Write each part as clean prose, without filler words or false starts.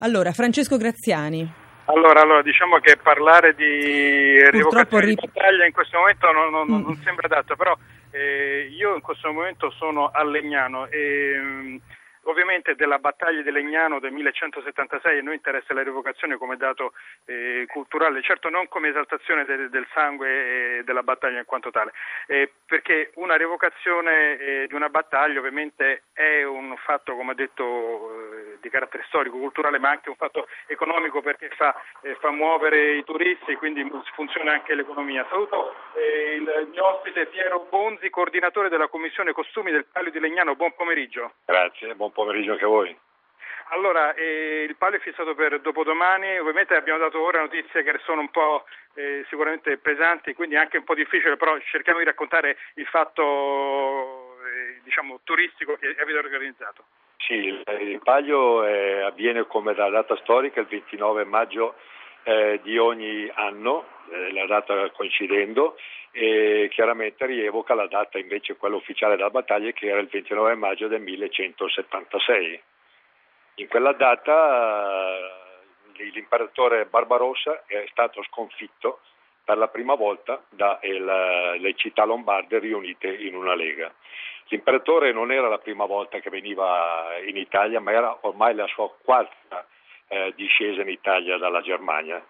Allora, Francesco Graziani. Allora, diciamo che parlare di rievocazione di battaglia in questo momento non sembra adatto, però io in questo momento sono a Legnano e ovviamente della battaglia di Legnano del 1176 a noi interessa la rievocazione come dato culturale, certo non come esaltazione del sangue e della battaglia in quanto tale, perché una rievocazione di una battaglia ovviamente è un fatto, come ha detto, di carattere storico, culturale, ma anche un fatto economico perché fa muovere i turisti e quindi funziona anche l'economia. Saluto il mio ospite Piero Bonzi, coordinatore della Commissione Costumi del Palio di Legnano. Buon pomeriggio. Grazie, buon pomeriggio anche a voi. Allora, il palio è fissato per dopodomani, ovviamente abbiamo dato ora notizie che sono un po' sicuramente pesanti, quindi anche un po' difficile, però cerchiamo di raccontare il fatto turistico che avete organizzato. Sì, il palio avviene come da data storica il 29 maggio di ogni anno, la data coincidendo, e chiaramente rievoca la data invece quella ufficiale della battaglia che era il 29 maggio del 1176. In quella data l'imperatore Barbarossa è stato sconfitto per la prima volta dalle città lombarde riunite in una lega. L'imperatore non era la prima volta che veniva in Italia, ma era ormai la sua quarta discesa in Italia dalla Germania.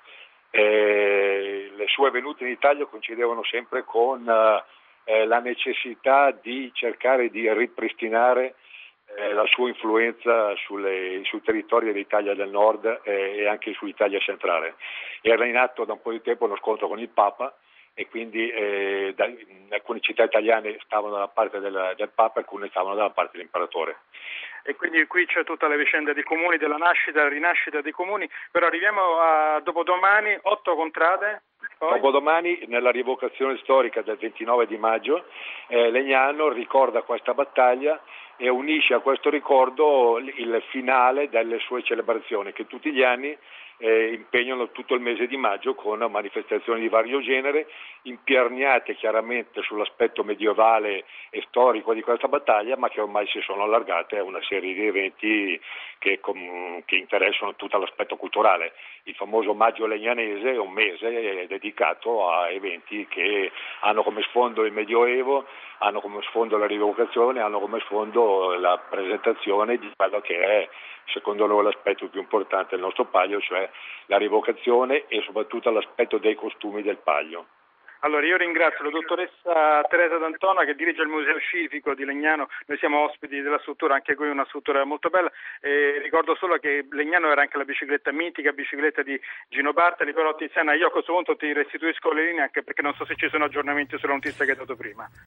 Le sue venute in Italia coincidevano sempre con la necessità di cercare di ripristinare la sua influenza sui territori dell'Italia del Nord e anche sull'Italia centrale. Era in atto da un po' di tempo uno scontro con il Papa e quindi alcune città italiane stavano dalla parte del Papa e alcune stavano dalla parte dell'imperatore. E quindi qui c'è tutta la vicenda dei comuni, della nascita, la rinascita dei comuni, però arriviamo a dopodomani, 8 contrade. Poi? Dopodomani, nella rievocazione storica del 29 di maggio, Legnano ricorda questa battaglia e unisce a questo ricordo il finale delle sue celebrazioni che tutti gli anni impegnano tutto il mese di maggio con manifestazioni di vario genere, imperniate chiaramente sull'aspetto medievale e storico di questa battaglia, ma che ormai si sono allargate a una serie di eventi che interessano tutto l'aspetto culturale. Il famoso Maggio Legnanese è un mese dedicato a eventi che hanno come sfondo il Medioevo, hanno come sfondo la rievocazione, hanno come sfondo la presentazione di quello che è, secondo noi, l'aspetto più importante del nostro palio, cioè la rievocazione e soprattutto l'aspetto dei costumi del palio. Allora io ringrazio la dottoressa Teresa D'Antona che dirige il Museo Scientifico di Legnano, noi siamo ospiti della struttura, anche qui una struttura molto bella, ricordo solo che Legnano era anche la bicicletta mitica, bicicletta di Gino Bartali, però Tiziana io a questo punto ti restituisco le linee anche perché non so se ci sono aggiornamenti sulla notizia che hai dato prima.